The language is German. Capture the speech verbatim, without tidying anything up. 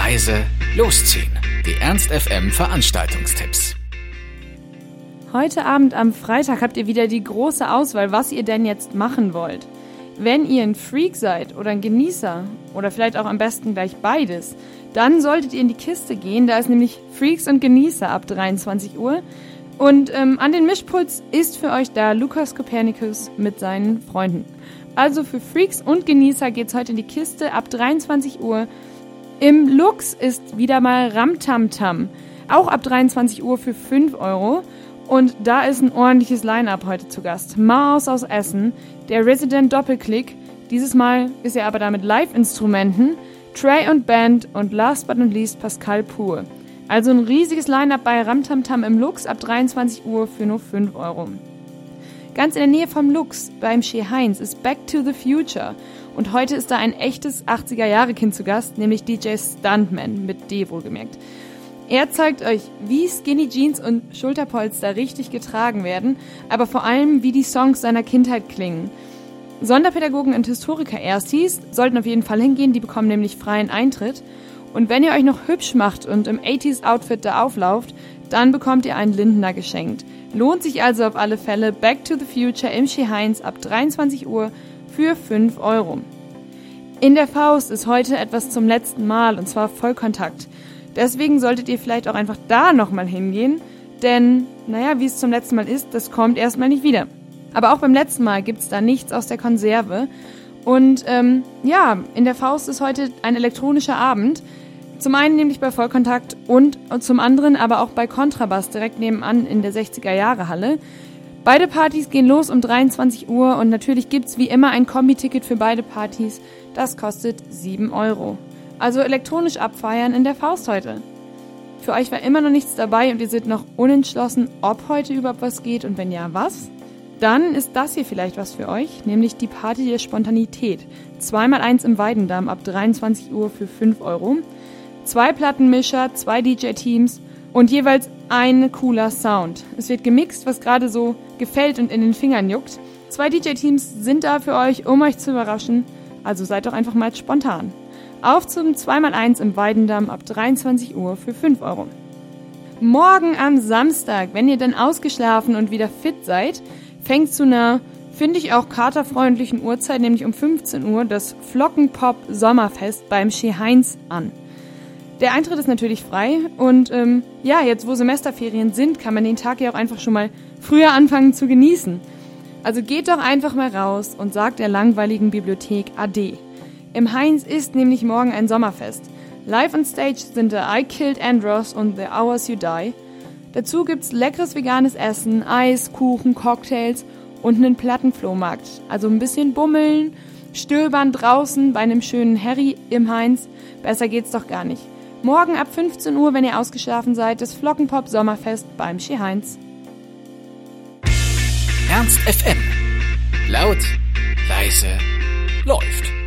leise, losziehen. Die Ernst F M Veranstaltungstipps. Heute Abend am Freitag habt ihr wieder die große Auswahl, was ihr denn jetzt machen wollt. Wenn ihr ein Freak seid oder ein Genießer oder vielleicht auch am besten gleich beides, dann solltet ihr in die Kiste gehen. Da ist nämlich Freaks und Genießer ab dreiundzwanzig Uhr. Und ähm, an den Mischpuls ist für euch da Lukas Kopernikus mit seinen Freunden. Also für Freaks und Genießer geht's heute in die Kiste ab dreiundzwanzig Uhr. Im Lux ist wieder mal Ramtamtam, auch ab dreiundzwanzig Uhr für fünf Euro. Und da ist ein ordentliches Line-Up heute zu Gast. Maus aus Essen, der Resident Doppelklick, dieses Mal ist er aber da mit Live-Instrumenten, Trey und Band und last but not least Pascal Pur. Also ein riesiges Line-Up bei Ramtamtam im Lux ab dreiundzwanzig Uhr für nur fünf Euro. Ganz in der Nähe vom Lux, beim Chez Heinz, ist Back to the Future. Und heute ist da ein echtes achtziger-Jahre-Kind zu Gast, nämlich D J Stuntman, mit D wohlgemerkt. Er zeigt euch, wie Skinny Jeans und Schulterpolster richtig getragen werden, aber vor allem, wie die Songs seiner Kindheit klingen. Sonderpädagogen und Historiker-Erstis sollten auf jeden Fall hingehen, die bekommen nämlich freien Eintritt. Und wenn ihr euch noch hübsch macht und im achtziger-Outfit da auflauft, dann bekommt ihr einen Lindner geschenkt. Lohnt sich also auf alle Fälle. Back to the Future im Chez Heinz ab dreiundzwanzig Uhr für fünf Euro. In der Faust ist heute etwas zum letzten Mal, und zwar Vollkontakt. Deswegen solltet ihr vielleicht auch einfach da nochmal hingehen, denn, naja, wie es zum letzten Mal ist, das kommt erstmal nicht wieder. Aber auch beim letzten Mal gibt's da nichts aus der Konserve. Und ähm, ja, in der Faust ist heute ein elektronischer Abend. Zum einen nämlich bei Vollkontakt und, und zum anderen aber auch bei Kontrabass direkt nebenan in der sechziger-Jahre-Halle. Beide Partys gehen los um dreiundzwanzig Uhr und natürlich gibt's wie immer ein Kombi-Ticket für beide Partys. Das kostet sieben Euro. Also elektronisch abfeiern in der Faust heute. Für euch war immer noch nichts dabei und ihr seid noch unentschlossen, ob heute überhaupt was geht und wenn ja, was? Dann ist das hier vielleicht was für euch, nämlich die Party der Spontanität. zwei mal eins im Weidendamm ab dreiundzwanzig Uhr für fünf Euro. Zwei Plattenmischer, zwei D J-Teams und jeweils ein cooler Sound. Es wird gemixt, was gerade so gefällt und in den Fingern juckt. Zwei D J-Teams sind da für euch, um euch zu überraschen. Also seid doch einfach mal spontan. Auf zum zwei mal eins im Weidendamm ab dreiundzwanzig Uhr für fünf Euro. Morgen am Samstag, wenn ihr dann ausgeschlafen und wieder fit seid, fängt zu einer, finde ich auch katerfreundlichen Uhrzeit, nämlich um fünfzehn Uhr, das Flockenpop Sommerfest beim Chez Heinz an. Der Eintritt ist natürlich frei und ähm, ja, jetzt wo Semesterferien sind, kann man den Tag ja auch einfach schon mal früher anfangen zu genießen. Also geht doch einfach mal raus und sagt der langweiligen Bibliothek Ade. Im Heinz ist nämlich morgen ein Sommerfest. Live on Stage sind da I Killed Andros und The Hours You Die. Dazu gibt's leckeres veganes Essen, Eis, Kuchen, Cocktails und einen Plattenflohmarkt. Also ein bisschen bummeln, stöbern draußen bei einem schönen Harry im Heinz. Besser geht's doch gar nicht. Morgen ab fünfzehn Uhr, wenn ihr ausgeschlafen seid, das Flockenpop Sommerfest beim Chez Heinz. Ernst F M. Laut, leise, läuft.